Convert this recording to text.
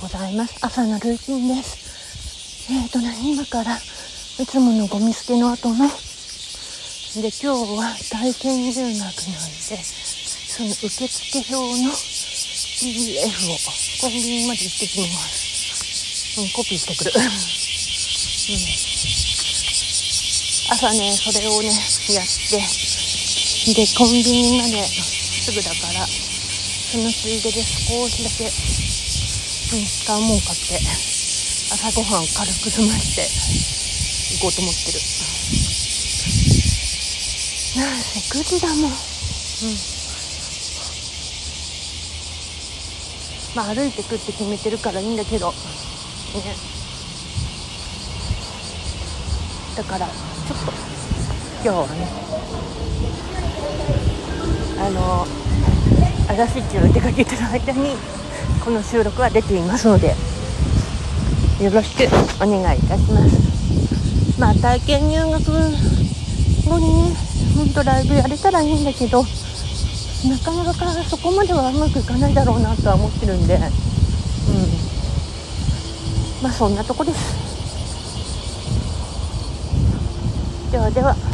ございます。朝のルーティンです。今からいつものゴミ捨ての後ので、今日は体験入学なんで、その受付表の PDF をコンビニまで行ってきます。コピーしてくる。朝ね、それをねやって、でコンビニまですぐだから、そのついでで少しだけ、使うもん買って朝ごはん軽く済まして行こうと思ってる。なんせ9時だもん。歩いてくって決めてるからいいんだけどね。だからちょっと今日はね、アラフィッチを出かけてる間にこの収録は出ていますので、よろしくお願いいたします。体験入学後にね、ほんとライブやれたらいいんだけど、なかなかそこまではうまくいかないだろうなとは思ってるんで、そんなとこです。ではでは。